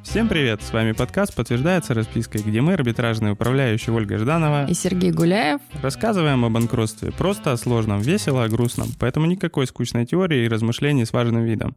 Всем привет, с вами подкаст «Подтверждается распиской», где мы, арбитражные управляющие Ольга Жданова и Сергей Гуляев, рассказываем о банкротстве просто о сложном, весело о грустном, поэтому никакой скучной теории и размышлений с важным видом.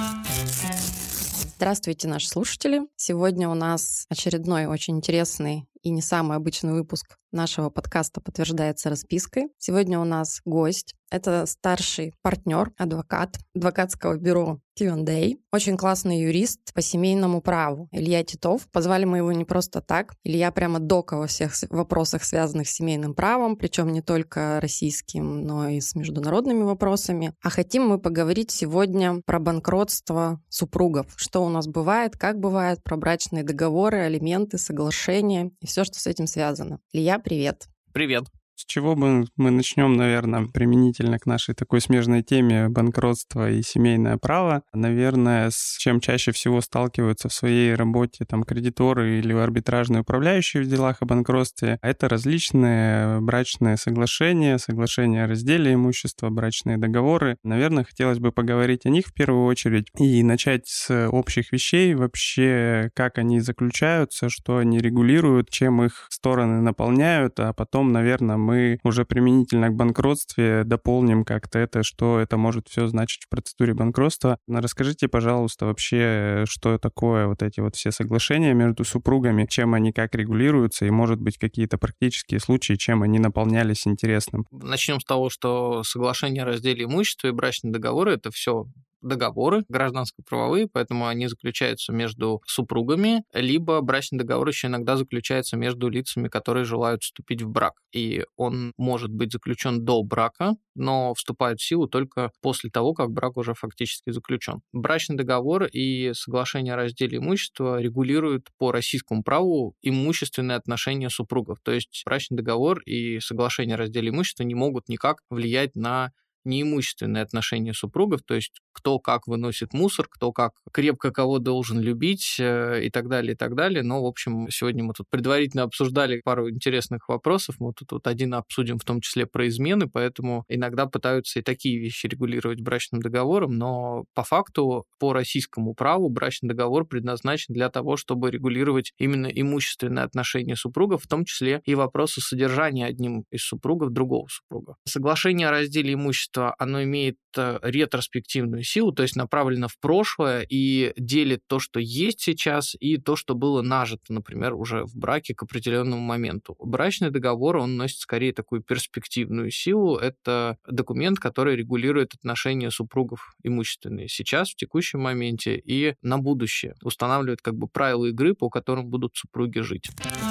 Здравствуйте, наши слушатели. Сегодня у нас очередной очень интересный и не самый обычный выпуск нашего подкаста «Подтверждается распиской». Сегодня у нас гость. Это старший партнер, адвокат адвокатского бюро Q&A, очень классный юрист по семейному праву Илья Титов. Позвали мы его не просто так. Илья прямо дока во всех вопросах, связанных с семейным правом, причем не только российским, но и с международными вопросами. А хотим мы поговорить сегодня про банкротство супругов. Что у нас бывает, как бывает, про брачные договоры, алименты, соглашения и все, что с этим связано. Илья, привет. Привет. С чего бы мы начнем, наверное, применительно к нашей такой смежной теме банкротство и семейное право. Наверное, с чем чаще всего сталкиваются в своей работе там кредиторы или арбитражные управляющие в делах о банкротстве, это различные брачные соглашения, соглашения о разделе имущества, брачные договоры. Наверное, хотелось бы поговорить о них в первую очередь и начать с общих вещей, вообще как они заключаются, что они регулируют, чем их стороны наполняют, а потом, наверное, мы уже применительно к банкротстве дополним как-то это, что это может все значить в процедуре банкротства. Расскажите, пожалуйста, вообще, что такое вот эти вот все соглашения между супругами, чем они как регулируются, и, может быть, какие-то практические случаи, чем они наполнялись интересным. Начнем с того, что соглашение о разделе имущества и брачные договоры – это все договоры гражданско-правовые, поэтому они заключаются между супругами, либо брачный договор еще иногда заключается между лицами, которые желают вступить в брак. И он может быть заключен до брака, но вступает в силу только после того, как брак уже фактически заключен. Брачный договор и соглашение о разделе имущества регулируют по российскому праву имущественные отношения супругов. То есть брачный договор и соглашение о разделе имущества не могут никак влиять на неимущественные отношения супругов, то есть кто как выносит мусор, кто как крепко кого должен любить и так далее, и так далее. Но, в общем, сегодня мы тут предварительно обсуждали пару интересных вопросов, мы тут вот один обсудим в том числе про измены, поэтому иногда пытаются и такие вещи регулировать брачным договором, но по факту по российскому праву брачный договор предназначен для того, чтобы регулировать именно имущественные отношения супругов, в том числе и вопросы содержания одним из супругов другого супруга. Соглашение о разделе имущества оно имеет ретроспективную силу, то есть направлено в прошлое и делит то, что есть сейчас, и то, что было нажито, например, уже в браке к определенному моменту. Брачный договор, он носит скорее такую перспективную силу. Это документ, который регулирует отношения супругов имущественные сейчас, в текущем моменте, и на будущее. Устанавливает как бы правила игры, по которым будут супруги жить.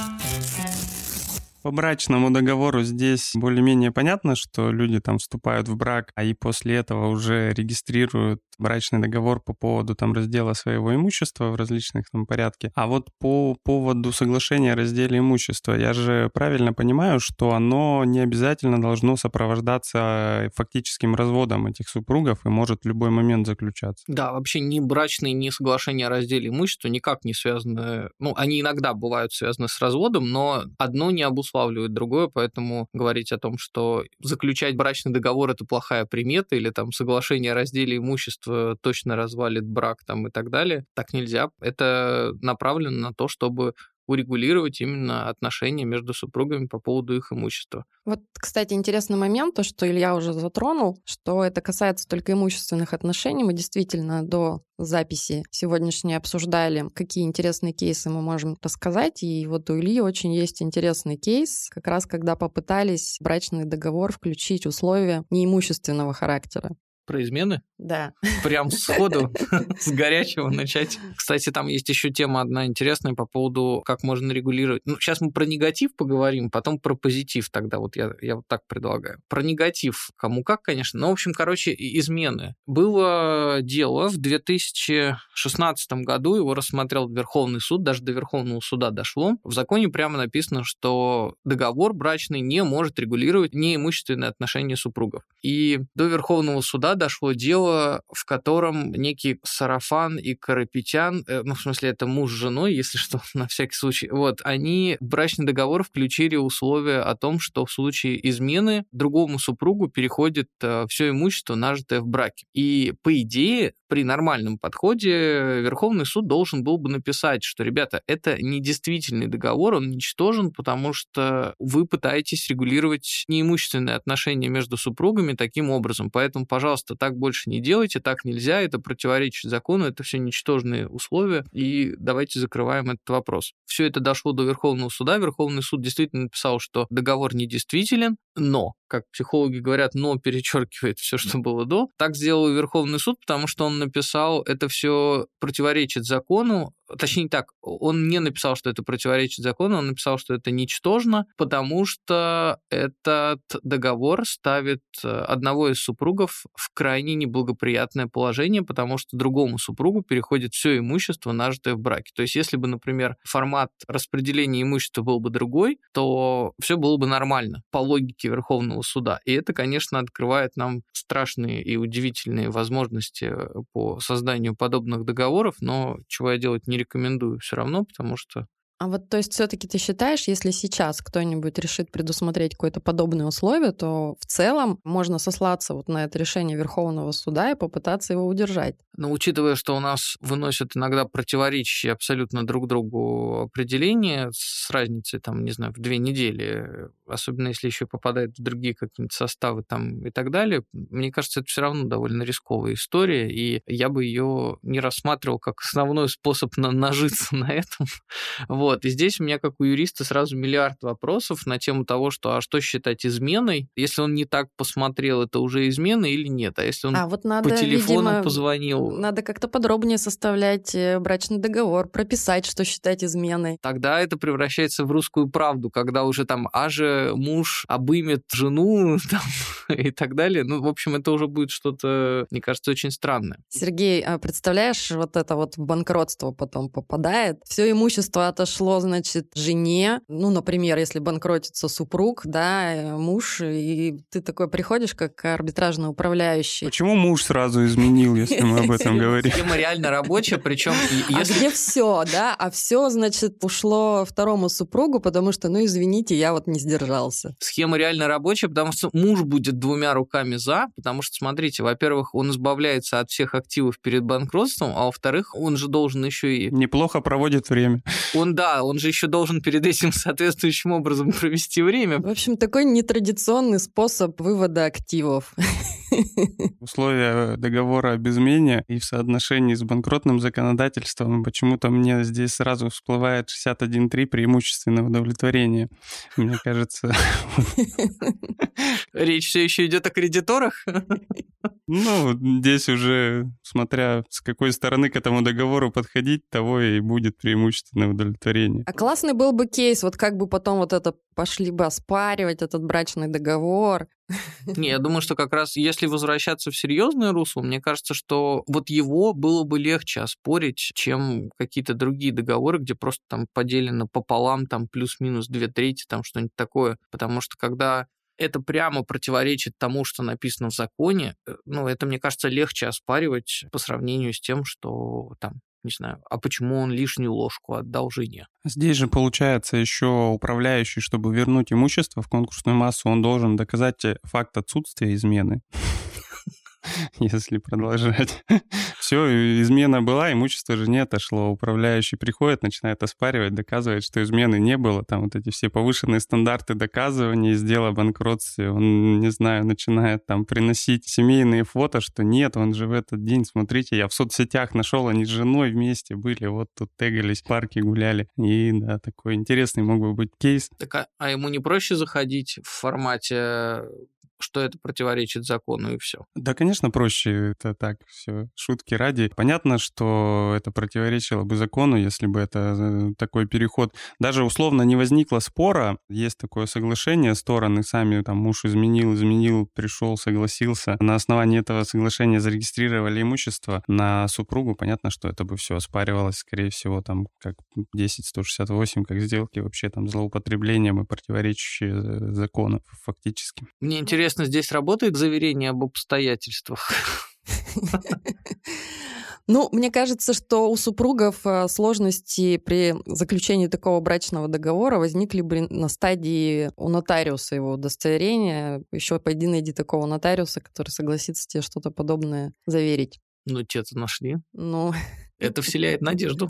По брачному договору здесь более-менее понятно, что люди там вступают в брак, и после этого уже регистрируют брачный договор по поводу там раздела своего имущества в различных там порядке. А вот по поводу соглашения о разделе имущества, я же правильно понимаю, что оно не обязательно должно сопровождаться фактическим разводом этих супругов и может в любой момент заключаться. Да, вообще ни брачные, ни соглашения о разделе имущества никак не связаны, они иногда бывают связаны с разводом, но одно не обуславливает другое, поэтому говорить о том, что заключать брачный договор – это плохая примета, или там соглашение о разделе имущества точно развалит брак там, и так далее, так нельзя. Это направлено на то, чтобы урегулировать именно отношения между супругами по поводу их имущества. Вот, кстати, интересный момент, то, что Илья уже затронул, что это касается только имущественных отношений. Мы действительно до записи сегодняшней обсуждали, какие интересные кейсы мы можем рассказать. И вот у Ильи очень есть интересный кейс, как раз когда попытались в брачный договор включить условия неимущественного характера. Про измены? Да. Прям сходу, с горячего начать. Кстати, там есть еще тема одна интересная по поводу, как можно регулировать. Сейчас мы про негатив поговорим, потом про позитив тогда. Вот я вот так предлагаю. Про негатив кому как, конечно. В общем, измены. Было дело в 2016 году, его рассмотрел Верховный суд, даже до Верховного суда дошло. В законе прямо написано, что договор брачный не может регулировать неимущественные отношения супругов. И до Верховного суда дошло дело, в котором некий Сарафан и Карапетян, в смысле, это муж с женой, если что, на всякий случай, они в брачный договор включили условие о том, что в случае измены другому супругу переходит все имущество, нажитое в браке. И, по идее, при нормальном подходе Верховный суд должен был бы написать, что, ребята, это недействительный договор, он ничтожен, потому что вы пытаетесь регулировать неимущественные отношения между супругами таким образом. Поэтому, пожалуйста, так больше не делайте, так нельзя, это противоречит закону, это все ничтожные условия, и давайте закрываем этот вопрос. Все это дошло до Верховного суда. Верховный суд действительно написал, что договор недействителен, но, как психологи говорят, но перечеркивает все, что было до. Так сделал и Верховный суд, потому что он написал, это все противоречит закону. Точнее так, он не написал, что это противоречит закону, он написал, что это ничтожно, потому что этот договор ставит одного из супругов в крайне неблагоприятное положение, потому что другому супругу переходит все имущество, нажитое в браке. То есть, если бы, например, формат распределения имущества был бы другой, то все было бы нормально по логике Верховного суда. И это, конечно, открывает нам страшные и удивительные возможности по созданию подобных договоров, но чего я делать не рекомендую все равно, потому что... А то есть все-таки ты считаешь, если сейчас кто-нибудь решит предусмотреть какое-то подобное условие, то в целом можно сослаться на это решение Верховного суда и попытаться его удержать? Но учитывая, что у нас выносят иногда противоречащие абсолютно друг другу определения с разницей, в 2 недели, особенно если еще попадает в другие какие-нибудь составы и так далее, мне кажется, это все равно довольно рисковая история, и я бы ее не рассматривал как основной способ нажиться на этом. И здесь у меня, как у юриста, сразу миллиард вопросов на тему того, что считать изменой? Если он не так посмотрел, это уже измена или нет? А если он по телефону позвонил? Надо как-то подробнее составлять брачный договор, прописать, что считать изменой. Тогда это превращается в русскую правду, когда уже же муж обымет жену и так далее. В общем, это уже будет что-то, мне кажется, очень странное. Сергей, представляешь, это в банкротство потом попадает. Все имущество отошло, жене. Например, если банкротится супруг, муж, и ты такой приходишь, как арбитражный управляющий. Почему муж сразу изменил, если мы об этом говорим? Схема реально рабочая, причем... А где все, да? А все, ушло второму супругу, потому что, извините, я не сдержался. Схема реально рабочая, потому что муж будет 2 руками за, потому что, смотрите, во-первых, он избавляется от всех активов перед банкротством, а во-вторых, он же должен еще и... Неплохо проводит время. Он же еще должен перед этим соответствующим образом провести время. В общем, такой нетрадиционный способ вывода активов. Условия договора об измене и в соотношении с банкротным законодательством почему-то мне здесь сразу всплывает 61.3 преимущественное удовлетворение. Мне кажется... Речь все еще идет о кредиторах? Здесь уже, смотря с какой стороны к этому договору подходить, того и будет преимущественное удовлетворение. А классный был бы кейс, как бы потом это пошли бы оспаривать, этот брачный договор. Не, я думаю, что как раз если возвращаться в серьезное русло, мне кажется, что его было бы легче оспорить, чем какие-то другие договоры, где просто поделено пополам, плюс-минус 2/3, что-нибудь такое. Потому что когда это прямо противоречит тому, что написано в законе, это, мне кажется, легче оспаривать по сравнению с тем, что не знаю, а почему он лишнюю ложку отдал жене? Здесь же получается еще управляющий, чтобы вернуть имущество в конкурсную массу, он должен доказать факт отсутствия измены. Если продолжать. Все, измена была, имущество жене отошло. Управляющий приходит, начинает оспаривать, доказывает, что измены не было. Эти все повышенные стандарты доказывания из дела о банкротстве. Он, не знаю, начинает приносить семейные фото, что нет, он же в этот день, смотрите, я в соцсетях нашел, они с женой вместе были, тут тегались, в парке гуляли. И да, такой интересный мог бы быть кейс. Так, а ему не проще заходить в формате... что это противоречит закону и все. Да, конечно, проще. Это так, все шутки ради. Понятно, что это противоречило бы закону, если бы это такой переход. Даже условно не возникло спора, есть такое соглашение, стороны сами, муж изменил, пришел, согласился. На основании этого соглашения зарегистрировали имущество на супругу. Понятно, что это бы все оспаривалось, скорее всего, как 10.168, как сделки вообще злоупотреблением и противоречащие закону фактически. Мне интересно, Интересно, здесь работает заверение об обстоятельствах? Ну, мне кажется, что у супругов сложности при заключении такого брачного договора возникли бы на стадии у нотариуса его удостоверения. Еще пойди найди такого нотариуса, который согласится тебе что-то подобное заверить. Ну, те-то нашли. Ну, Это вселяет надежду.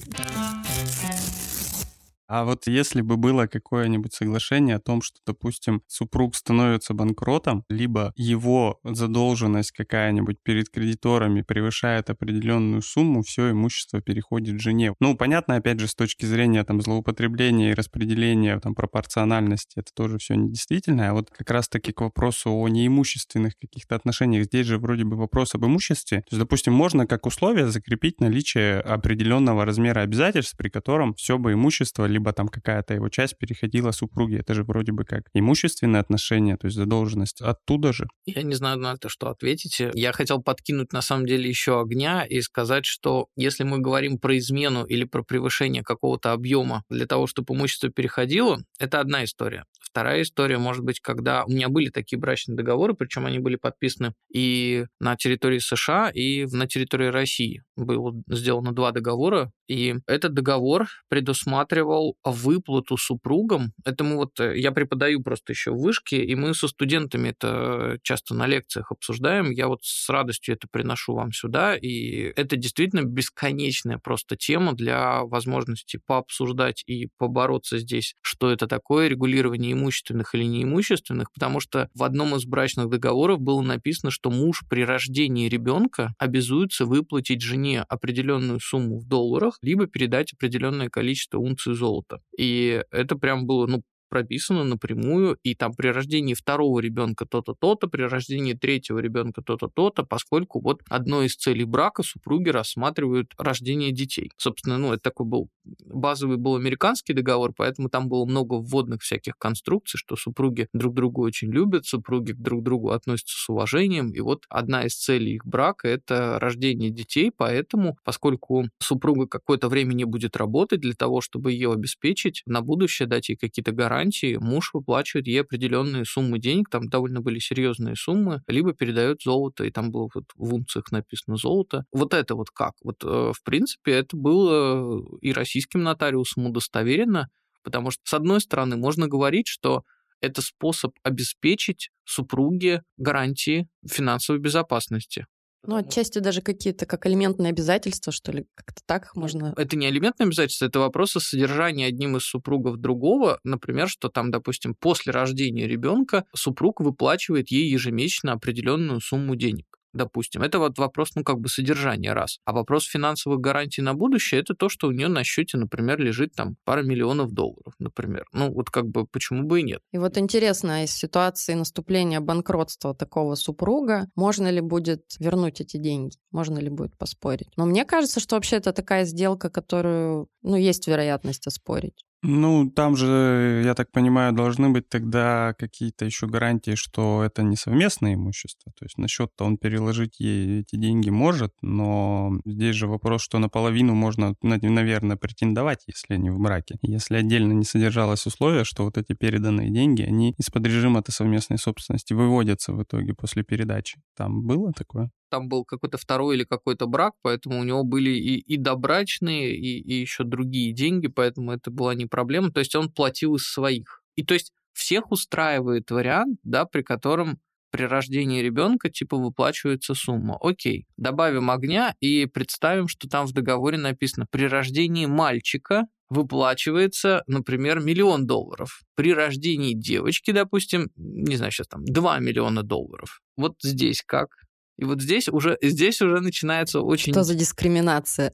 А вот если бы было какое-нибудь соглашение о том, что, допустим, супруг становится банкротом, либо его задолженность какая-нибудь перед кредиторами превышает определенную сумму, все имущество переходит жене. Ну, понятно, опять же, с точки зрения там злоупотребления и распределения там пропорциональности, это тоже все недействительно. А вот как раз-таки к вопросу о неимущественных каких-то отношениях, здесь же вроде бы вопрос об имуществе. То есть, допустим, можно как условие закрепить наличие определенного размера обязательств, при котором все бы имущество либо там какая-то его часть переходила супруге. Это же вроде бы как имущественные отношения, то есть задолженность оттуда же. Я не знаю на это, что ответить. Я хотел подкинуть, на самом деле, еще огня и сказать, что если мы говорим про измену или про превышение какого-то объема для того, чтобы имущество переходило, это одна история. Вторая история может быть, когда у меня были такие брачные договоры, причем они были подписаны и на территории США, и на территории России. Было сделано 2 договора, и этот договор предусматривал выплату супругам. Это я преподаю просто еще в вышке, и мы со студентами это часто на лекциях обсуждаем. Я с радостью это приношу вам сюда, и это действительно бесконечная просто тема для возможности пообсуждать и побороться здесь, что это такое, регулирование имущественных или неимущественных, потому что в одном из брачных договоров было написано, что муж при рождении ребенка обязуется выплатить жене определенную сумму в долларах, либо передать определенное количество унций золота. И это прям было, прописано напрямую, и там при рождении 2-го ребенка то-то, то-то, при рождении 3-го ребенка то-то, то-то, поскольку одной из целей брака супруги рассматривают рождение детей. Собственно, это такой базовый был американский договор, поэтому там было много вводных всяких конструкций, что супруги друг друга очень любят, супруги друг к другу относятся с уважением, и одна из целей их брака – это рождение детей, поэтому, поскольку супруга какое-то время не будет работать для того, чтобы ее обеспечить, на будущее дать ей какие-то гарантии, муж выплачивает ей определенные суммы денег, там довольно были серьезные суммы, либо передает золото, и там было в унциях написано золото. Это как? В принципе, это было и российским нотариусом удостоверено, потому что, с одной стороны, можно говорить, что это способ обеспечить супруге гарантии финансовой безопасности. Отчасти даже какие-то как элементные обязательства, что ли, как-то так можно... Это не элементные обязательства, это вопрос о содержании одним из супругов другого. Например, что там, допустим, после рождения ребенка супруг выплачивает ей ежемесячно определенную сумму денег. Допустим, это вопрос, содержания раз. А вопрос финансовых гарантий на будущее – это то, что у нее на счете, например, лежит там пара миллионов долларов, например. Почему бы и нет? И интересно, из ситуации наступления банкротства такого супруга, можно ли будет вернуть эти деньги? Можно ли будет поспорить? Но мне кажется, что вообще это такая сделка, которую, есть вероятность оспорить. Там же, я так понимаю, должны быть тогда какие-то еще гарантии, что это не совместное имущество. То есть на счет-то он переложить ей эти деньги может, но здесь же вопрос, что наполовину можно, наверное, претендовать, если они в браке. Если отдельно не содержалось условие, что эти переданные деньги, они из-под режима этой совместной собственности выводятся в итоге после передачи. Там было такое? Там был какой-то второй или какой-то брак, поэтому у него были и добрачные, и еще другие деньги, поэтому это была не проблема. То есть он платил из своих. И то есть всех устраивает вариант, при котором при рождении ребенка выплачивается сумма. Окей, добавим огня и представим, что там в договоре написано: при рождении мальчика выплачивается, например, $1 миллион. При рождении девочки, допустим, не знаю, сейчас там $2 миллиона. Здесь как? И здесь уже начинается очень... Что за дискриминация?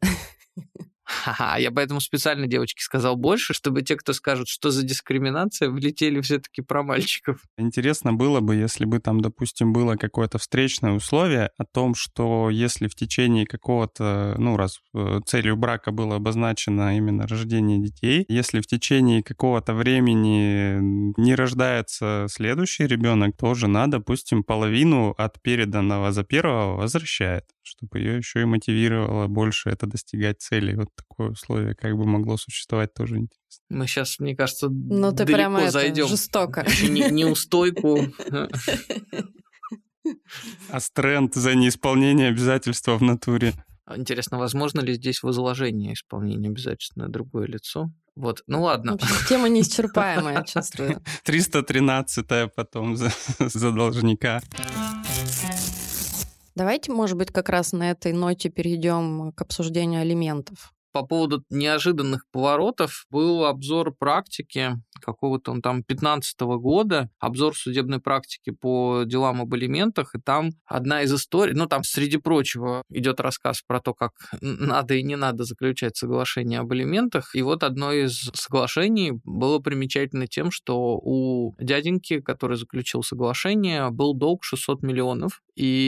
Я поэтому специально девочке сказал больше, чтобы те, кто скажут, что за дискриминация, влетели все-таки про мальчиков. Интересно было бы, если бы там, допустим, было какое-то встречное условие о том, что если в течение какого-то, раз целью брака было обозначено именно рождение детей, если в течение какого-то времени не рождается следующий ребенок, то жена, допустим, половину от переданного за первого возвращает. чтобы ее еще и мотивировало больше это достигать цели. Вот такое условие как бы могло существовать, тоже интересно. Мы сейчас, мне кажется, Ну, ты далеко прямо зайдем. жестоко. Еще неустойку. А тренд за неисполнение обязательства в натуре. Интересно, возможно ли здесь возложение исполнения обязательств на другое лицо? Вот, ну ладно. В общем, тема неисчерпаемая, чувствую. 313-я потом за должника. Давайте, может быть, как раз на этой ноте перейдем к обсуждению алиментов. По поводу неожиданных поворотов был обзор практики какого-то он там 15-го года, обзор судебной практики по делам об алиментах, и там одна из историй, ну там среди прочего идет рассказ про то, как надо и не надо заключать соглашение об алиментах, и вот одно из соглашений было примечательно тем, что у дяденьки, который заключил соглашение, был долг 600 миллионов,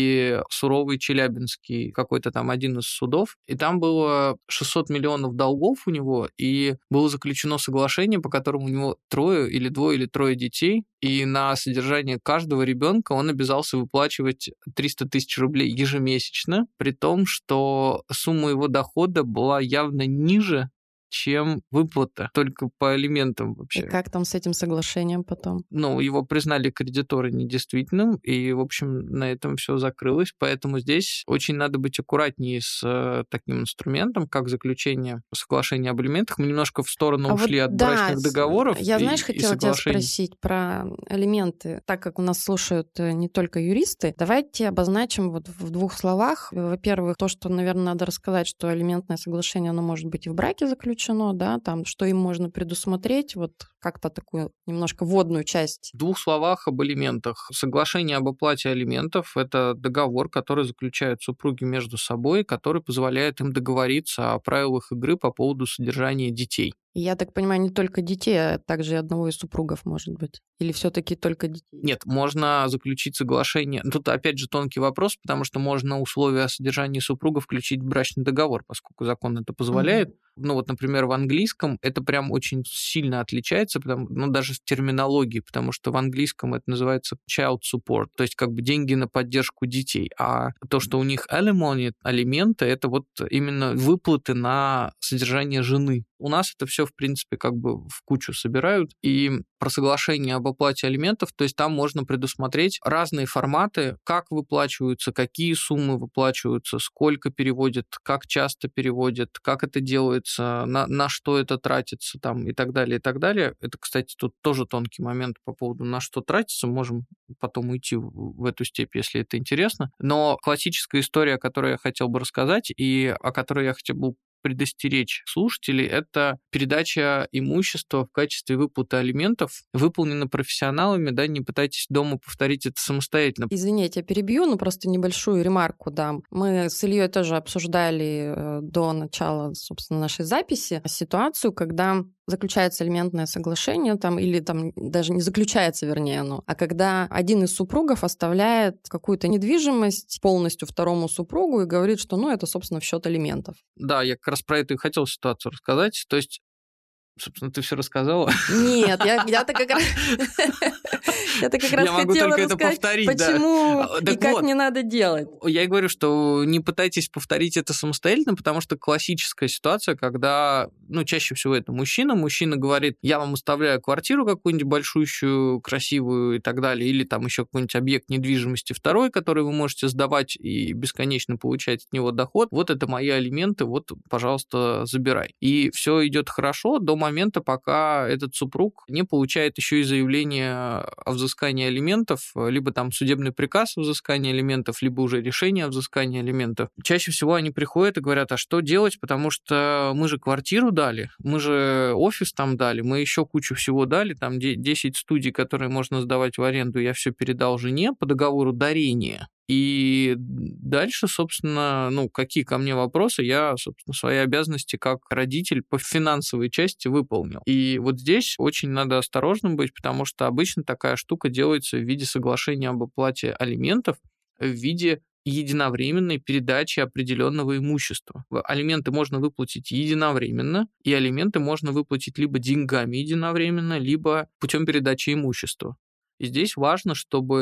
и суровый Челябинский какой-то там один из судов, и там было 600 миллионов долгов у него, и было заключено соглашение, по которому у него двое или трое детей, и на содержание каждого ребенка он обязался выплачивать 300 тысяч рублей ежемесячно, при том, что сумма его дохода была явно ниже, чем выплата, только по алиментам вообще. И как там с этим соглашением потом? Ну, его признали кредиторы недействительным, и, в общем, на этом все закрылось, поэтому здесь очень надо быть аккуратнее с таким инструментом, как заключение соглашения об алиментах. Мы немножко в сторону ушли от брачных договоров. Я, знаешь, хотела тебя спросить про алименты. Так как у нас слушают не только юристы, давайте обозначим вот в двух словах. Во-первых, то, что, наверное, надо рассказать, что алиментное соглашение, оно может быть и в браке заключено, да, там, что им можно предусмотреть, вот как-то такую немножко вводную часть. В двух словах об алиментах. Соглашение об оплате алиментов – это договор, который заключают супруги между собой, который позволяет им договориться о правилах игры по поводу содержания детей. И я так понимаю, не только детей, а также и одного из супругов, может быть? Или все-таки только детей? Нет, можно заключить соглашение. Тут опять же тонкий вопрос, потому что можно условия о содержании супруга включить в брачный договор, поскольку закон это позволяет. Ну вот, например, в английском это прям очень сильно отличается, даже в терминологии, потому что в английском это называется child support, то есть как бы деньги на поддержку детей. А то, что у них alimony, алименты, это вот именно выплаты на содержание жены. У нас это все, в принципе, как бы в кучу собирают. И про соглашение об оплате алиментов, то есть там можно предусмотреть разные форматы, как выплачиваются, какие суммы выплачиваются, сколько переводят, как часто переводят, как это делается, на что это тратится там, и так далее, и так далее. Это, кстати, тут тоже тонкий момент по поводу на что тратится. Можем потом уйти в эту степь, если это интересно. Но классическая история, о которой я хотел бы рассказать и о которой я хотел бы предостеречь слушателей, это передача имущества в качестве выплаты алиментов, выполнена профессионалами, да, не пытайтесь дома повторить это самостоятельно. Извини, я тебя перебью, но просто небольшую ремарку дам. Мы с Ильей тоже обсуждали до начала, собственно, нашей записи ситуацию, когда заключается алиментное соглашение, там, или там даже не заключается, вернее, оно, а когда один из супругов оставляет какую-то недвижимость полностью второму супругу и говорит, что, это, собственно, в счет алиментов. Да, я как раз про это и хотел ситуацию рассказать. То есть, собственно, ты все рассказала? Нет, я-то как раз... Я-то как раз хотела рассказать, почему и как не надо делать. Я и говорю, что не пытайтесь повторить это самостоятельно, потому что классическая ситуация, когда, чаще всего это мужчина говорит, я вам оставляю квартиру какую-нибудь большущую, красивую и так далее, или там еще какой-нибудь объект недвижимости второй, который вы можете сдавать и бесконечно получать от него доход, вот это мои алименты, вот, пожалуйста, забирай. И все идет хорошо до момента, пока этот супруг не получает еще и заявление о взыскании алиментов, либо там судебный приказ о взыскании алиментов, либо уже решение о взыскании алиментов. Чаще всего они приходят и говорят, а что делать, потому что мы же квартиру дали, мы же офис там дали, мы еще кучу всего дали, там 10 студий, которые можно сдавать в аренду, я все передал жене по договору дарения. И дальше, собственно, какие ко мне вопросы, я, собственно, свои обязанности как родитель по финансовой части выполнил. И вот здесь очень надо осторожным быть, потому что обычно такая штука делается в виде соглашения об оплате алиментов, в виде единовременной передачи определенного имущества. Алименты можно выплатить единовременно, и алименты можно выплатить либо деньгами единовременно, либо путем передачи имущества. И здесь важно, чтобы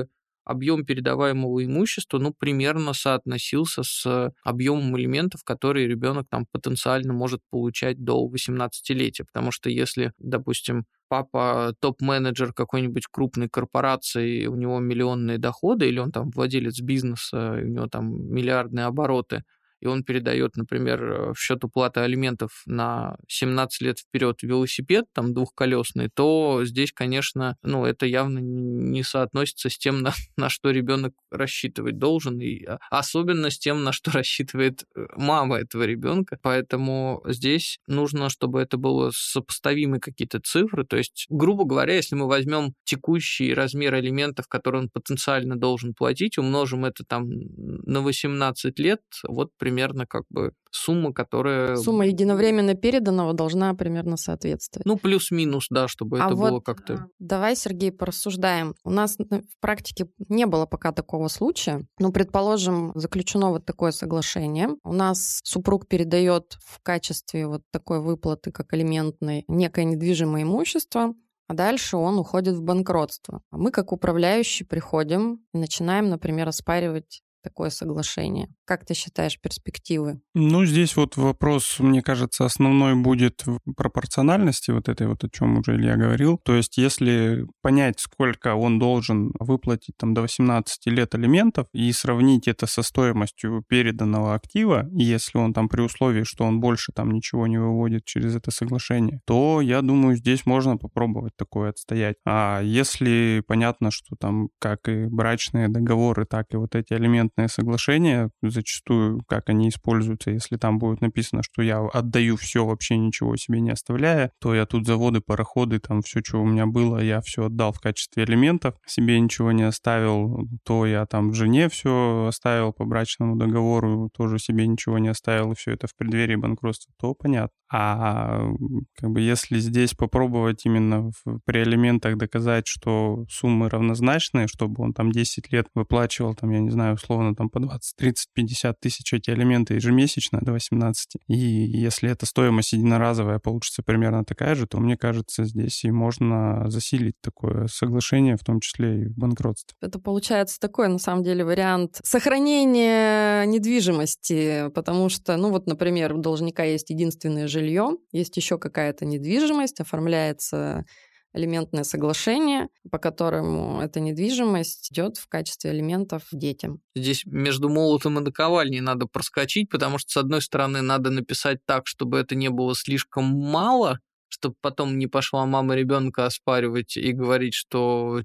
объем передаваемого имущества, примерно соотносился с объемом элементов, которые ребенок там потенциально может получать до 18-летия. Потому что если, допустим, папа топ-менеджер какой-нибудь крупной корпорации, у него миллионные доходы, или он там владелец бизнеса, и у него там миллиардные обороты, и он передает, например, в счет уплаты алиментов на 17 лет вперед велосипед, там двухколесный, то здесь, конечно, это явно не соотносится с тем, на что ребенок рассчитывать должен, и особенно с тем, на что рассчитывает мама этого ребенка. Поэтому здесь нужно, чтобы это было сопоставимые какие-то цифры. То есть, грубо говоря, если мы возьмем текущий размер алиментов, который он потенциально должен платить, умножим это там на 18 лет, вот примерно как бы сумма, которая... Сумма единовременно переданного должна примерно соответствовать. Плюс-минус, да, чтобы это было как-то... Давай, Сергей, порассуждаем. У нас в практике не было пока такого случая, но, предположим, заключено вот такое соглашение. У нас супруг передает в качестве вот такой выплаты, как алиментной, некое недвижимое имущество, а дальше он уходит в банкротство. А мы, как управляющие, приходим и начинаем, например, оспаривать такое соглашение. Как ты считаешь перспективы? Здесь вот вопрос, мне кажется, основной будет в пропорциональности вот этой вот, о чем уже Илья говорил. То есть если понять, сколько он должен выплатить там до 18 лет алиментов и сравнить это со стоимостью переданного актива, и если он там при условии, что он больше там ничего не выводит через это соглашение, то, я думаю, здесь можно попробовать такое отстоять. А если понятно, что там как и брачные договоры, так и вот эти алиментные соглашения, зачастую, как они используются, если там будет написано, что я отдаю все, вообще ничего себе не оставляя, то я тут заводы, пароходы, там все, что у меня было, я все отдал в качестве элементов, себе ничего не оставил, то я там жене все оставил по брачному договору, тоже себе ничего не оставил, и все это в преддверии банкротства, то понятно. А как бы если здесь попробовать именно при алиментах доказать, что суммы равнозначные, чтобы он там 10 лет выплачивал, там, я не знаю, условно, там по 20, 30, 50 тысяч эти элементы ежемесячно до 18, и если эта стоимость единоразовая получится примерно такая же, то, мне кажется, здесь и можно засилить такое соглашение, в том числе и в банкротстве. Это получается такой, на самом деле, вариант сохранения недвижимости, потому что, например, у должника есть единственное жилье, есть еще какая-то недвижимость, оформляется алиментное соглашение, по которому эта недвижимость идет в качестве алиментов детям. Здесь между молотом и наковальней надо проскочить, потому что, с одной стороны, надо написать так, чтобы это не было слишком мало, чтобы потом не пошла мама ребенка оспаривать и говорить, что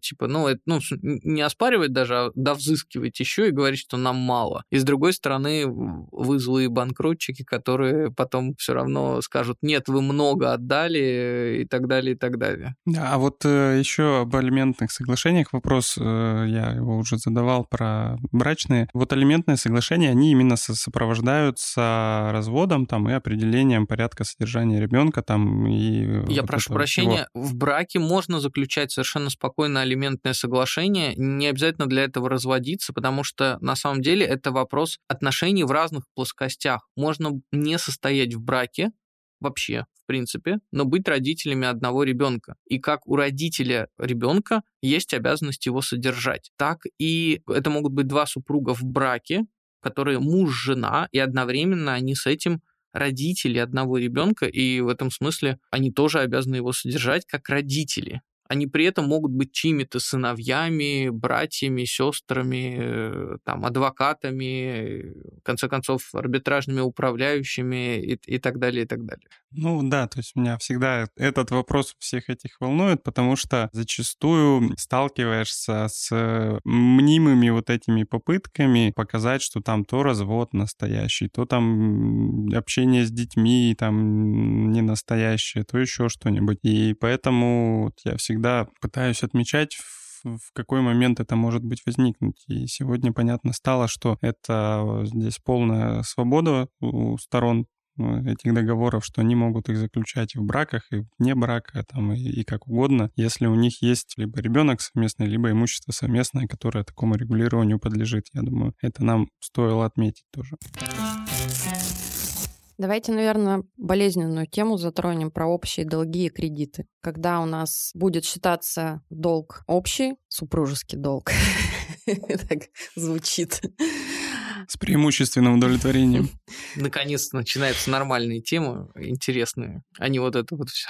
не оспаривать даже, а довзыскивать еще и говорить, что нам мало. И с другой стороны, вы злые банкротчики, которые потом все равно скажут, нет, вы много отдали и так далее, и так далее. Да, а вот еще об алиментных соглашениях вопрос, я его уже задавал про брачные. Вот алиментные соглашения, они именно сопровождаются разводом там и определением порядка содержания ребенка там и я прошу прощения, в браке можно заключать совершенно спокойно алиментное соглашение, не обязательно для этого разводиться, потому что на самом деле это вопрос отношений в разных плоскостях. Можно не состоять в браке вообще, в принципе, но быть родителями одного ребенка. И как у родителя ребенка есть обязанность его содержать, так и это могут быть два супруга в браке, которые муж-жена, и одновременно они с этим родители одного ребенка, и в этом смысле они тоже обязаны его содержать как родители. Они при этом могут быть чьими-то сыновьями, братьями, сестрами, там, адвокатами, в конце концов, арбитражными управляющими и так далее, и так далее. Да, то есть меня всегда этот вопрос всех этих волнует, потому что зачастую сталкиваешься с мнимыми вот этими попытками показать, что там то развод настоящий, то там общение с детьми там не настоящее, то еще что-нибудь. И поэтому я всегда пытаюсь отмечать, в какой момент это может быть возникнуть. И сегодня понятно стало, что это здесь полная свобода у сторон этих договоров, что они могут их заключать и в браках, и вне брака, там, и как угодно, если у них есть либо ребенок совместный, либо имущество совместное, которое такому регулированию подлежит. Я думаю, это нам стоило отметить тоже. Давайте, наверное, болезненную тему затронем про общие долги и кредиты. Когда у нас будет считаться долг общий, супружеский долг, так звучит. С преимущественным удовлетворением. Наконец-то начинаются нормальные темы, интересные, а не вот это вот все.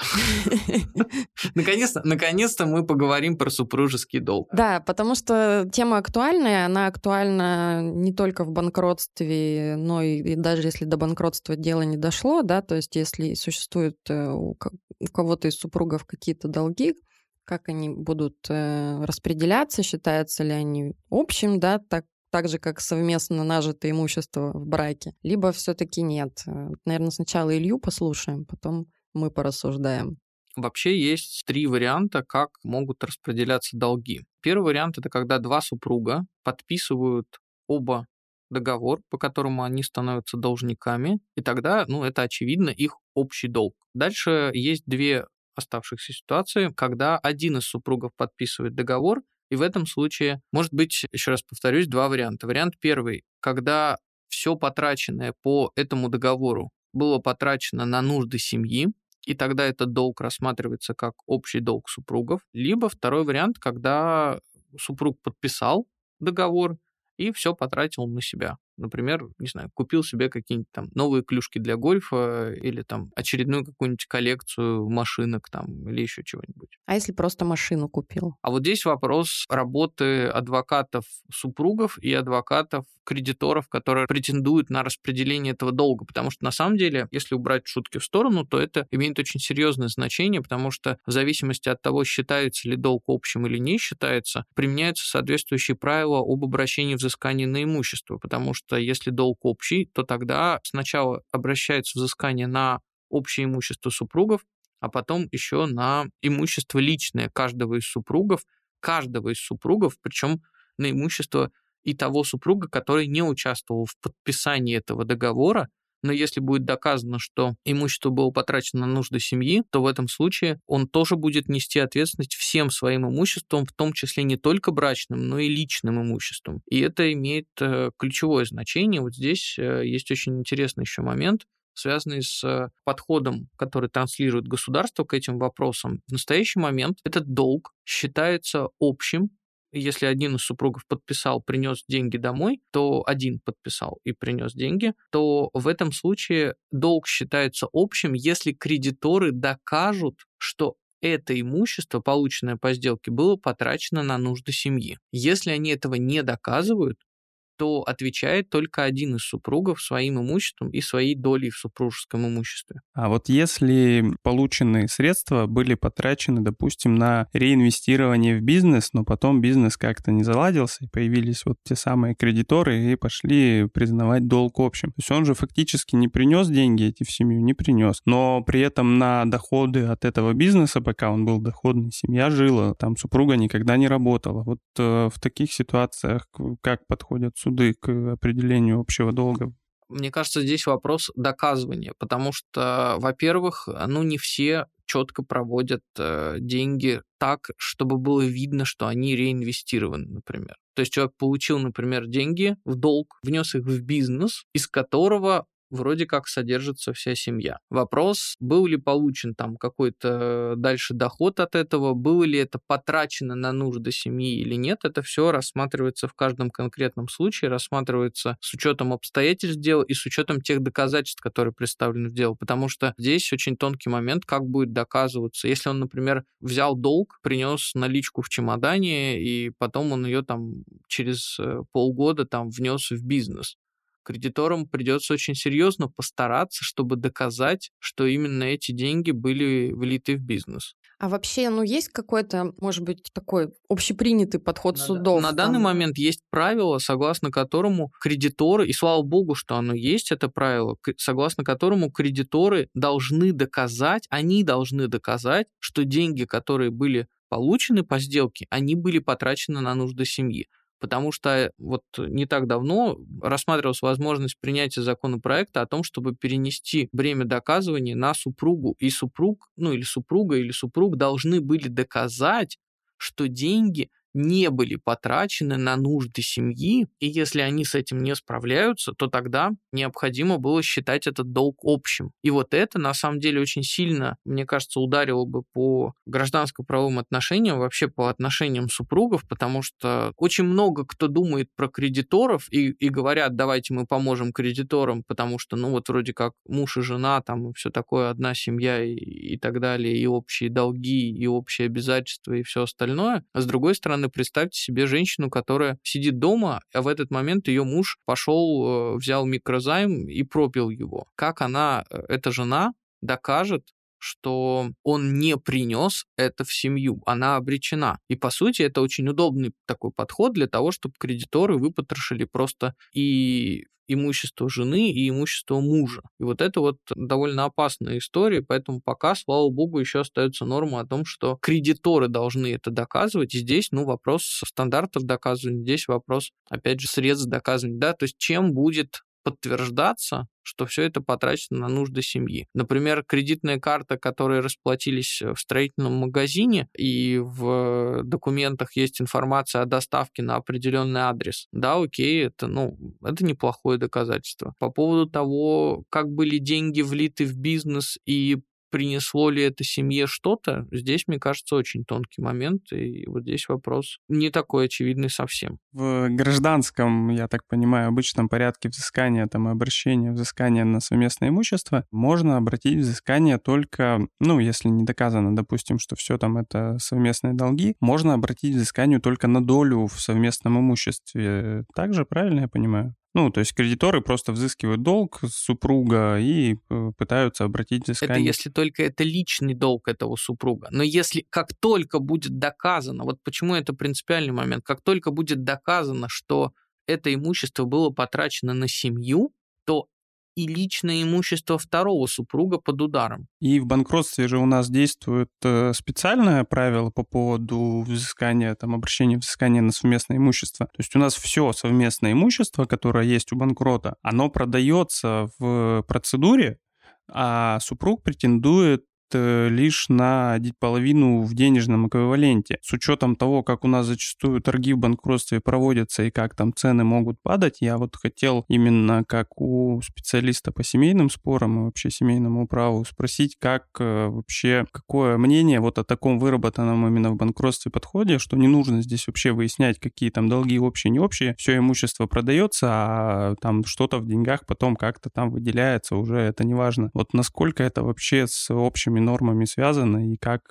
Наконец-то мы поговорим про супружеский долг. Да, потому что тема актуальная, она актуальна не только в банкротстве, но и даже если до банкротства дело не дошло, да, то есть если существуют у кого-то из супругов какие-то долги, как они будут распределяться, считаются ли они общим, да, так же, как совместно нажитое имущество в браке, либо все-таки нет. Наверное, сначала Илью послушаем, потом мы порассуждаем. Вообще есть 3 варианта, как могут распределяться долги. Первый вариант – это когда 2 супруга подписывают оба договор, по которому они становятся должниками, и тогда, это очевидно их общий долг. Дальше есть 2 оставшихся ситуации, когда один из супругов подписывает договор, и в этом случае, может быть, еще раз повторюсь, 2 варианта. Вариант первый, когда все потраченное по этому договору было потрачено на нужды семьи, и тогда этот долг рассматривается как общий долг супругов. Либо второй вариант, когда супруг подписал договор и все потратил на себя. Например, не знаю, купил себе какие-нибудь там новые клюшки для гольфа или там очередную какую-нибудь коллекцию машинок там или еще чего-нибудь. А если просто машину купил? А вот здесь вопрос работы адвокатов супругов и адвокатов кредиторов, которые претендуют на распределение этого долга, потому что на самом деле, если убрать шутки в сторону, то это имеет очень серьезное значение, потому что в зависимости от того, считается ли долг общим или не считается, применяются соответствующие правила об обращении взыскания на имущество, потому что если долг общий, то тогда сначала обращается взыскание на общее имущество супругов, а потом еще на имущество личное каждого из супругов, причем на имущество и того супруга, который не участвовал в подписании этого договора, но если будет доказано, что имущество было потрачено на нужды семьи, то в этом случае он тоже будет нести ответственность всем своим имуществом, в том числе не только брачным, но и личным имуществом. И это имеет ключевое значение. Вот здесь есть очень интересный еще момент, связанный с подходом, который транслирует государство к этим вопросам. В настоящий момент этот долг считается общим. Если один из супругов подписал, принес деньги домой, то один подписал и принес деньги, то в этом случае долг считается общим, если кредиторы докажут, что это имущество, полученное по сделке, было потрачено на нужды семьи. Если они этого не доказывают, то отвечает только один из супругов своим имуществом и своей долей в супружеском имуществе. А вот если полученные средства были потрачены, допустим, на реинвестирование в бизнес, но потом бизнес как-то не заладился, и появились вот те самые кредиторы и пошли признавать долг общим. То есть он же фактически не принес деньги эти в семью, не принес. Но при этом на доходы от этого бизнеса, пока он был доходный, семья жила, там супруга никогда не работала. Вот в таких ситуациях как подходят суды к определению общего долга? Мне кажется, здесь вопрос доказывания, потому что, во-первых, не все четко проводят деньги так, чтобы было видно, что они реинвестированы, например. То есть человек получил, например, деньги в долг, внес их в бизнес, из которого вроде как содержится вся семья. Вопрос, был ли получен там какой-то дальше доход от этого, было ли это потрачено на нужды семьи или нет, это все рассматривается в каждом конкретном случае, рассматривается с учетом обстоятельств дела и с учетом тех доказательств, которые представлены в дело, потому что здесь очень тонкий момент, как будет доказываться. Если он, например, взял долг, принес наличку в чемодане, и потом он ее там через полгода там внес в бизнес. Кредиторам придется очень серьезно постараться, чтобы доказать, что именно эти деньги были влиты в бизнес. А вообще, есть какой-то, может быть, такой общепринятый подход судов? На данный момент есть правило, согласно которому кредиторы, и слава богу, что оно есть, это правило, согласно которому кредиторы должны доказать, что деньги, которые были получены по сделке, они были потрачены на нужды семьи. Потому что вот не так давно рассматривалась возможность принятия законопроекта о том, чтобы перенести бремя доказывания на супругу. И супруг, или супруга, или супруг должны были доказать, что деньги не были потрачены на нужды семьи, и если они с этим не справляются, то тогда необходимо было считать этот долг общим. И вот это, на самом деле, очень сильно, мне кажется, ударило бы по гражданско-правовым отношениям, вообще по отношениям супругов, потому что очень много кто думает про кредиторов и говорят, давайте мы поможем кредиторам, потому что, ну вот вроде как муж и жена, там и все такое, одна семья и так далее, и общие долги, и общие обязательства, и все остальное. А с другой стороны, представьте себе женщину, которая сидит дома, а в этот момент ее муж пошел, взял микрозайм и пропил его. Как она, эта жена, докажет, что он не принес это в семью, она обречена. И, по сути, это очень удобный такой подход для того, чтобы кредиторы выпотрошили просто и имущество жены, и имущество мужа. И вот это вот довольно опасная история, поэтому пока, слава богу, еще остается норма о том, что кредиторы должны это доказывать. И здесь, вопрос стандартов доказывания, здесь вопрос, опять же, средств доказывания, да, то есть чем будет подтверждаться, что все это потрачено на нужды семьи. Например, кредитная карта, которой расплатились в строительном магазине, и в документах есть информация о доставке на определенный адрес. Да, окей, это неплохое доказательство. По поводу того, как были деньги влиты в бизнес и принесло ли это семье что-то, здесь, мне кажется, очень тонкий момент, и вот здесь вопрос не такой очевидный совсем. В гражданском, я так понимаю, обычном порядке взыскания, обращения взыскания на совместное имущество можно обратить взыскание только, если не доказано, допустим, что все это совместные долги, можно обратить взысканию только на долю в совместном имуществе. Так же, правильно я понимаю? То есть кредиторы просто взыскивают долг супруга и пытаются обратить взыскание. Это если только это личный долг этого супруга. Но если как только будет доказано, вот почему это принципиальный момент, как только будет доказано, что это имущество было потрачено на семью, то и личное имущество второго супруга под ударом. И в банкротстве же у нас действует специальное правило по поводу взыскания, обращения взыскания на совместное имущество. То есть у нас все совместное имущество, которое есть у банкрота, оно продается в процедуре, а супруг претендует лишь на половину в денежном эквиваленте. С учетом того, как у нас зачастую торги в банкротстве проводятся и как там цены могут падать, я вот хотел именно как у специалиста по семейным спорам и вообще семейному праву спросить, как вообще, какое мнение вот о таком выработанном именно в банкротстве подходе, что не нужно здесь вообще выяснять, какие там долги общие, не общие, все имущество продается, а там что-то в деньгах потом как-то там выделяется, уже это не важно. Вот насколько это вообще с общими нормами связано и как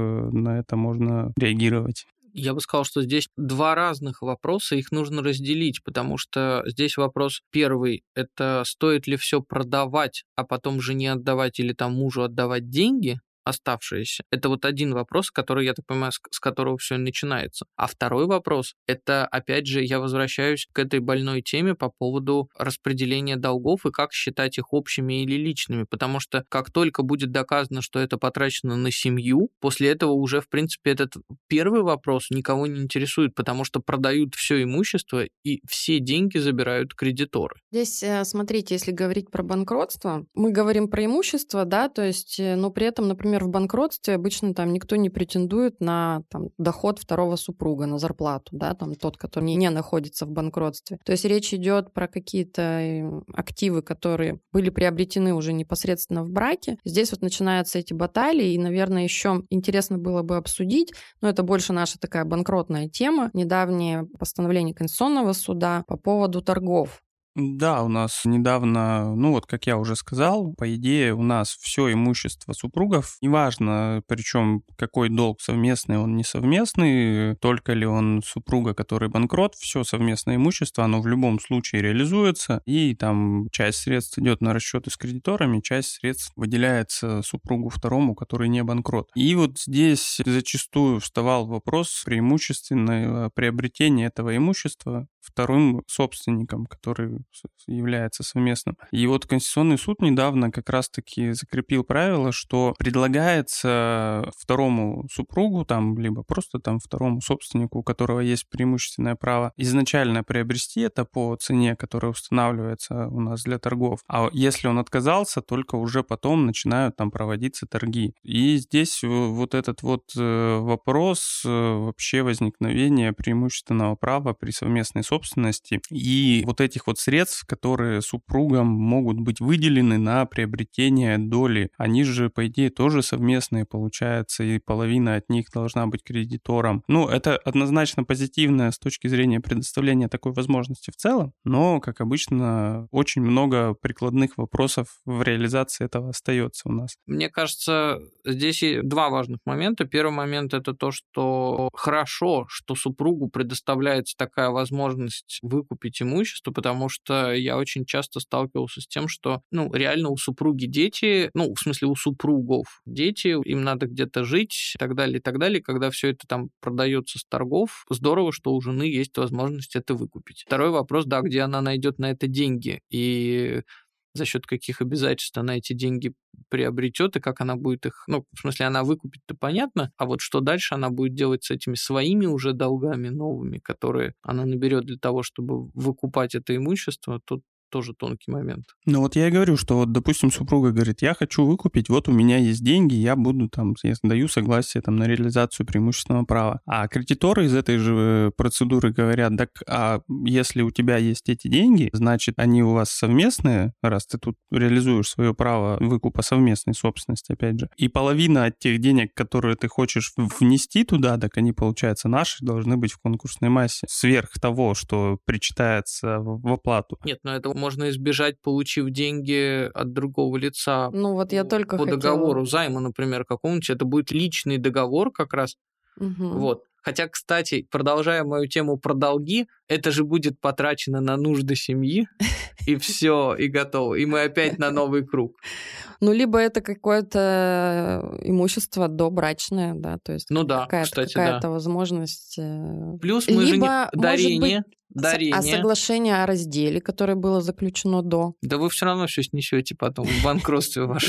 на это можно реагировать? Я бы сказал, что здесь два разных вопроса, их нужно разделить, потому что здесь вопрос первый – это стоит ли все продавать, а потом жене отдавать или там мужу отдавать деньги оставшиеся. Это вот один вопрос, который, я так понимаю, с которого все начинается. А второй вопрос – это, опять же, я возвращаюсь к этой больной теме по поводу распределения долгов и как считать их общими или личными, потому что как только будет доказано, что это потрачено на семью, после этого уже, в принципе, этот первый вопрос никого не интересует, потому что продают все имущество и все деньги забирают кредиторы. Здесь, смотрите, если говорить про банкротство, мы говорим про имущество, да, то есть, но при этом, например, в банкротстве обычно там никто не претендует на доход второго супруга, на зарплату, да, тот, который не находится в банкротстве. То есть речь идет про какие-то активы, которые были приобретены уже непосредственно в браке. Здесь вот начинаются эти баталии, и, наверное, еще интересно было бы обсудить, но это больше наша такая банкротная тема, недавнее постановление Конституционного суда по поводу торгов. Да, у нас недавно, как я уже сказал, по идее у нас все имущество супругов, неважно, причем какой долг, совместный он, не совместный, только ли он супруга, который банкрот, все совместное имущество, оно в любом случае реализуется, и там часть средств идет на расчеты с кредиторами, часть средств выделяется супругу второму, который не банкрот. И вот здесь зачастую вставал вопрос преимущественного приобретения этого имущества вторым собственником, который является совместным. И вот Конституционный суд недавно как раз-таки закрепил правило, что предлагается второму супругу, там, либо просто там второму собственнику, у которого есть преимущественное право, изначально приобрести это по цене, которая устанавливается у нас для торгов. А если он отказался, только уже потом начинают там проводиться торги. И здесь вот этот вот вопрос вообще возникновения преимущественного права при совместной собственности и вот этих вот средств, которые супругам могут быть выделены на приобретение доли. Они же, по идее, тоже совместные, получается, и половина от них должна быть кредитором. Ну, это однозначно позитивно с точки зрения предоставления такой возможности в целом, но, как обычно, очень много прикладных вопросов в реализации этого остается у нас. Мне кажется, здесь и два важных момента. Первый момент — это то, что хорошо, что супругу предоставляется такая возможность выкупить имущество, потому что я очень часто сталкивался с тем, что, реально у супруги дети, в смысле у супругов дети, им надо где-то жить и так далее, и так далее. Когда все это там продается с торгов, здорово, что у жены есть возможность это выкупить. Второй вопрос, да, где она найдет на это деньги и за счет каких обязательств она эти деньги приобретет и как она будет их, в смысле, она выкупит-то понятно, а вот что дальше она будет делать с этими своими уже долгами новыми, которые она наберет для того, чтобы выкупать это имущество, тут тоже тонкий момент. Ну вот я и говорю, что вот, допустим, супруга говорит, я хочу выкупить, вот у меня есть деньги, я буду там, я даю согласие там на реализацию преимущественного права. А кредиторы из этой же процедуры говорят, так, а если у тебя есть эти деньги, значит, они у вас совместные, раз ты тут реализуешь свое право выкупа совместной собственности, опять же, и половина от тех денег, которые ты хочешь внести туда, так они, получается, наши, должны быть в конкурсной массе, сверх того, что причитается в оплату. Нет, но это можно избежать, получив деньги от другого лица. Вот я только по договору займа, например, какому-нибудь. Это будет личный договор как раз. Вот. Хотя, кстати, продолжая мою тему про долги, это же будет потрачено на нужды семьи, и все, и готово. И мы опять на новый круг. Либо это какое-то имущество добрачное, да, то есть какая-то возможность. Плюс мы же дарение. А соглашение о разделе, которое было заключено до. Да вы все равно все снесете потом в банкротстве ваше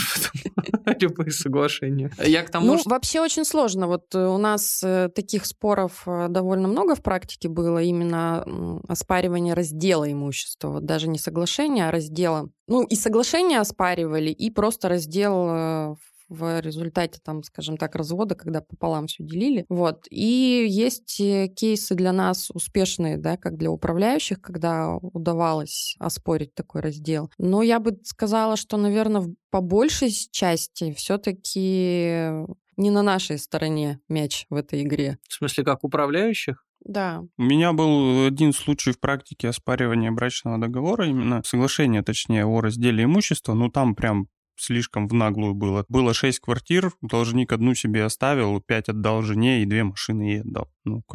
любые соглашения. Я к тому, вообще очень сложно. Вот у нас таких споров довольно много в практике было, именно оспаривание раздела имущества. Вот даже не соглашение, а раздела. И соглашение оспаривали, и просто раздел в результате, там, скажем так, развода, когда пополам все делили. Вот. И есть кейсы для нас успешные, да, как для управляющих, когда удавалось оспорить такой раздел. Но я бы сказала, что, наверное, по большей части все-таки не на нашей стороне мяч в этой игре. В смысле, как управляющих? Да. У меня был один случай в практике оспаривания брачного договора, именно соглашение, точнее, о разделе имущества, там прям слишком в наглую было. Было 6 квартир, должник одну себе оставил, 5 отдал жене и 2 машины ей отдал.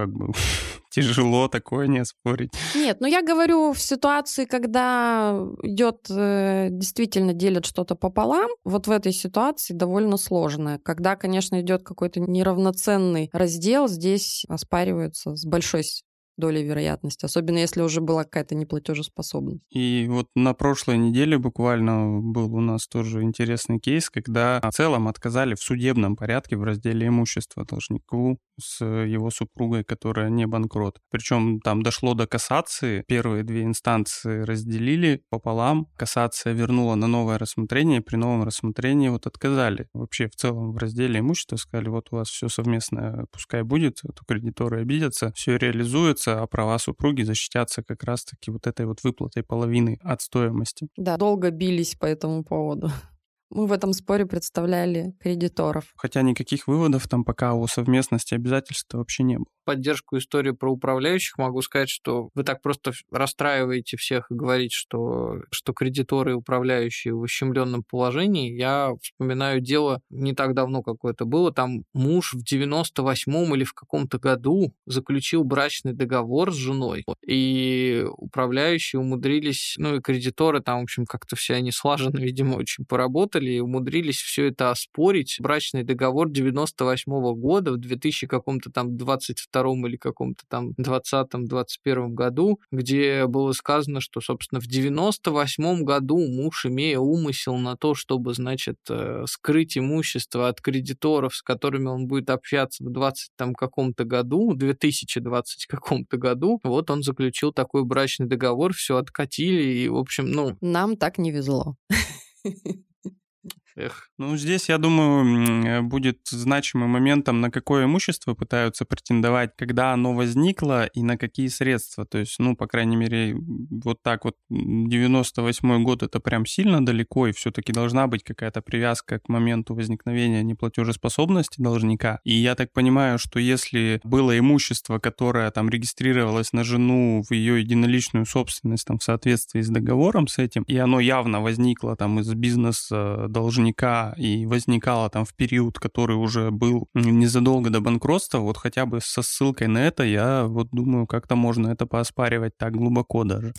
Тяжело такое не оспорить. Нет, я говорю в ситуации, когда идет, действительно делят что-то пополам, вот в этой ситуации довольно сложно. Когда, конечно, идет какой-то неравноценный раздел, здесь оспариваются с большой долей вероятности, особенно если уже была какая-то неплатежеспособность. И вот на прошлой неделе буквально был у нас тоже интересный кейс, когда в целом отказали в судебном порядке в разделе имущества должнику с его супругой, которая не банкрот. Причем там дошло до кассации. Первые 2 инстанции разделили пополам. Кассация вернула на новое рассмотрение. При новом рассмотрении отказали. Вообще в целом в разделе имущества сказали, вот у вас все совместное, пускай будет, то кредиторы обидятся, все реализуется, а права супруги защитятся как раз-таки вот этой вот выплатой половины от стоимости. Да, долго бились по этому поводу. Мы в этом споре представляли кредиторов. Хотя никаких выводов там пока о совместности обязательств вообще не было. Поддержку истории про управляющих могу сказать, что вы так просто расстраиваете всех и говорите, что кредиторы и управляющие в ущемленном положении. Я вспоминаю дело не так давно какое-то было. Там муж в 98-м или в каком-то году заключил брачный договор с женой. И управляющие умудрились, и кредиторы там, в общем, как-то все они слаженно, видимо, очень поработали и умудрились все это оспорить. Брачный договор 98-го года в 2022 22-м или каком-то там 20-21 году, где было сказано, что, собственно, в 98-м году муж, имея умысел на то, чтобы, значит, скрыть имущество от кредиторов, с которыми он будет общаться в 2020 каком-то году, вот он заключил такой брачный договор, все откатили, и, в общем, Нам так не везло. Эх. Ну, здесь, я думаю, будет значимым моментом, на какое имущество пытаются претендовать, когда оно возникло и на какие средства. То есть, по крайней мере, вот так вот 98-й год — это прям сильно далеко, и все-таки должна быть какая-то привязка к моменту возникновения неплатежеспособности должника. И я так понимаю, что если было имущество, которое там регистрировалось на жену в ее единоличную собственность там в соответствии с договором с этим, и оно явно возникло там из бизнеса должника и возникало там в период, который уже был незадолго до банкротства, вот хотя бы со ссылкой на это, я вот думаю, как-то можно это пооспаривать так глубоко даже.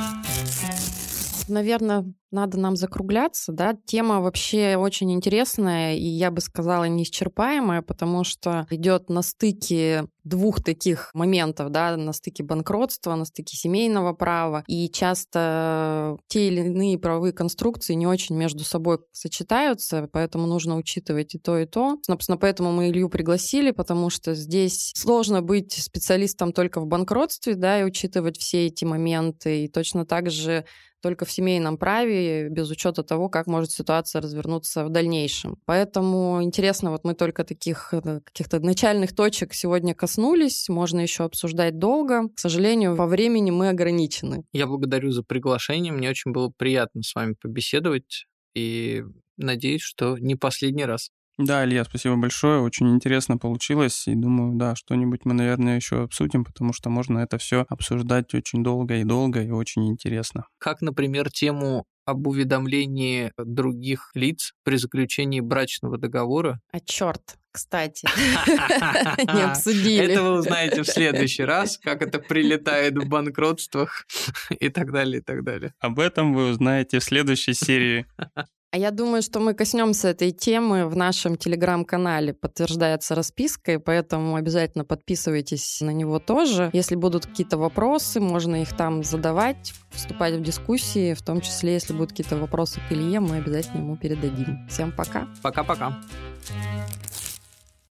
Наверное, надо нам закругляться, да. Тема вообще очень интересная и, я бы сказала, неисчерпаемая, потому что идет на стыке двух таких моментов, да, на стыке банкротства, на стыке семейного права, и часто те или иные правовые конструкции не очень между собой сочетаются, поэтому нужно учитывать и то, и то. Собственно, поэтому мы Илью пригласили, потому что здесь сложно быть специалистом только в банкротстве, да, и учитывать все эти моменты, и точно так же только в семейном праве, без учета того, как может ситуация развернуться в дальнейшем. Поэтому интересно, вот мы только таких каких-то начальных точек сегодня коснулись, можно еще обсуждать долго. К сожалению, во времени мы ограничены. Я благодарю за приглашение, мне очень было приятно с вами побеседовать, и надеюсь, что не последний раз. Да, Илья, спасибо большое, очень интересно получилось, и думаю, да, что-нибудь мы, наверное, еще обсудим, потому что можно это все обсуждать очень долго и очень интересно. Как, например, тему об уведомлении других лиц при заключении брачного договора. А черт, кстати, не обсудили. Это вы узнаете в следующий раз, как это прилетает в банкротствах и так далее, и так далее. Об этом вы узнаете в следующей серии. А я думаю, что мы коснемся этой темы в нашем телеграм-канале «Подтверждается распиской», поэтому обязательно подписывайтесь на него тоже. Если будут какие-то вопросы, можно их там задавать, вступать в дискуссии, в том числе, если будут какие-то вопросы к Илье, мы обязательно ему передадим. Всем пока. Пока-пока.